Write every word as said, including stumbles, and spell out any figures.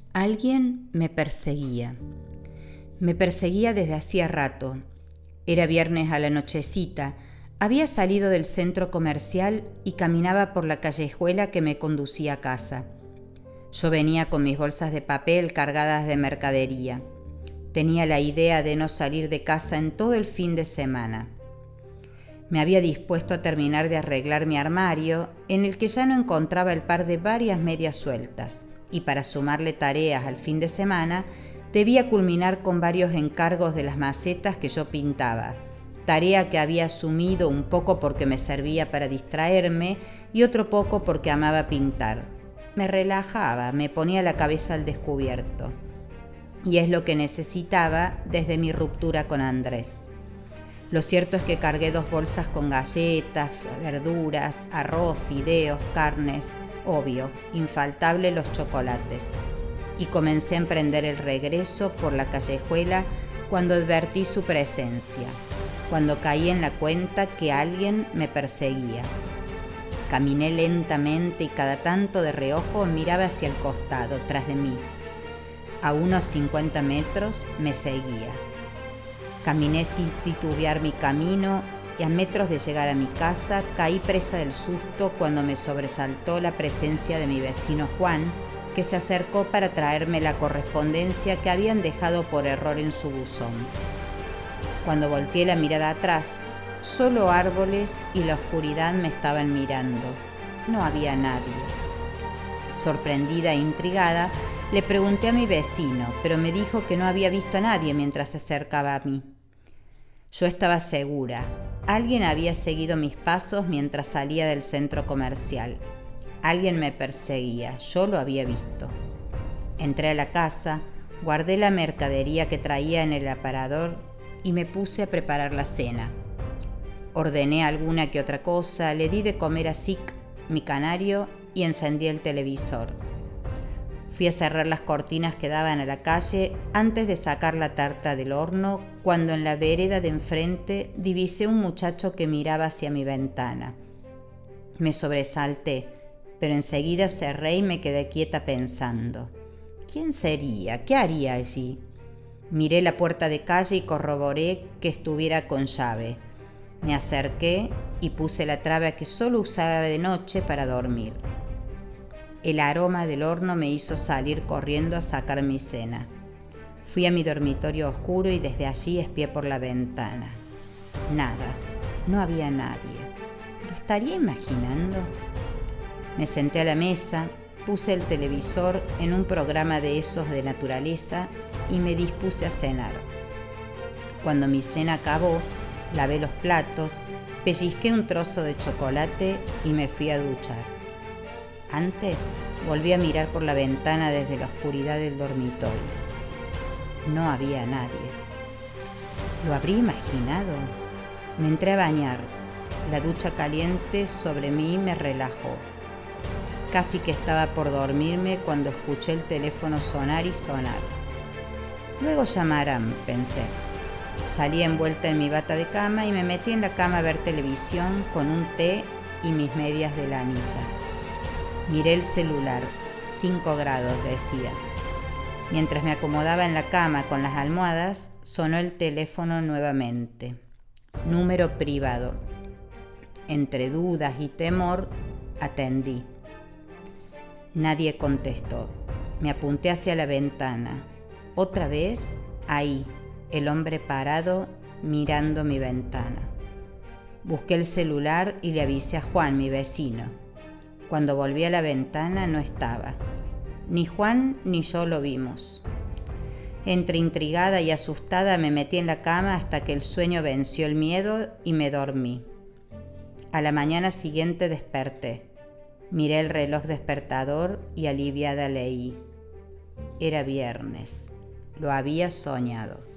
Alguien me perseguía. Me perseguía desde hacía rato. Era viernes a la nochecita. Había salido del centro comercial y caminaba por la callejuela que me conducía a casa. Yo venía con mis bolsas de papel cargadas de mercadería. Tenía la idea de no salir de casa en todo el fin de semana. Me había dispuesto a terminar de arreglar mi armario, en el que ya no encontraba el par de varias medias sueltas, y para sumarle tareas al fin de semana, debía culminar con varios encargos de las macetas que yo pintaba, tarea que había asumido un poco porque me servía para distraerme y otro poco porque amaba pintar. Me relajaba, me ponía la cabeza al descubierto. Y es lo que necesitaba desde mi ruptura con Andrés. Lo cierto es que cargué dos bolsas con galletas, verduras, arroz, fideos, carnes, obvio, infaltable los chocolates. Y comencé a emprender el regreso por la callejuela cuando advertí su presencia, cuando caí en la cuenta que alguien me perseguía. Caminé lentamente y cada tanto de reojo miraba hacia el costado, tras de mí. A unos cincuenta metros me seguía. Caminé sin titubear mi camino y a metros de llegar a mi casa caí presa del susto cuando me sobresaltó la presencia de mi vecino Juan, que se acercó para traerme la correspondencia que habían dejado por error en su buzón. Cuando volteé la mirada atrás, solo árboles y la oscuridad me estaban mirando. No había nadie. Sorprendida e intrigada, le pregunté a mi vecino, pero me dijo que no había visto a nadie mientras se acercaba a mí. Yo estaba segura. Alguien había seguido mis pasos mientras salía del centro comercial. Alguien me perseguía. Yo lo había visto. Entré a la casa, guardé la mercadería que traía en el aparador y me puse a preparar la cena. Ordené alguna que otra cosa, le di de comer a Sic, mi canario, y encendí el televisor. Fui a cerrar las cortinas que daban a la calle antes de sacar la tarta del horno, cuando en la vereda de enfrente divisé un muchacho que miraba hacia mi ventana. Me sobresalté, pero enseguida cerré y me quedé quieta pensando. ¿Quién sería? ¿Qué haría allí? Miré la puerta de calle y corroboré que estuviera con llave. Me acerqué y puse la traba que solo usaba de noche para dormir. El aroma del horno me hizo salir corriendo a sacar mi cena. Fui a mi dormitorio oscuro y desde allí espié por la ventana. Nada, no había nadie. ¿Lo estaría imaginando? Me senté a la mesa, puse el televisor en un programa de esos de naturaleza y me dispuse a cenar. Cuando mi cena acabó, lavé los platos, pellizqué un trozo de chocolate y me fui a duchar. Antes volví a mirar por la ventana desde la oscuridad del dormitorio. No había nadie. ¿Lo habría imaginado? Me entré a bañar. La ducha caliente sobre mí me relajó. Casi que estaba por dormirme cuando escuché el teléfono sonar y sonar. Luego llamarán, pensé. Salí envuelta en mi bata de cama y me metí en la cama a ver televisión con un té y mis medias de lanilla. Miré el celular, cinco grados decía. Mientras me acomodaba en la cama con las almohadas, sonó el teléfono nuevamente. Número privado. Entre dudas y temor, atendí. Nadie contestó. Me apunté hacia la ventana. Otra vez, ahí, el hombre parado mirando mi ventana. Busqué el celular y le avisé a Juan, mi vecino. Cuando volví a la ventana no estaba. Ni Juan ni yo lo vimos. Entre intrigada y asustada me metí en la cama hasta que el sueño venció el miedo y me dormí. A la mañana siguiente desperté. Miré el reloj despertador y aliviada leí. Era viernes. Lo había soñado.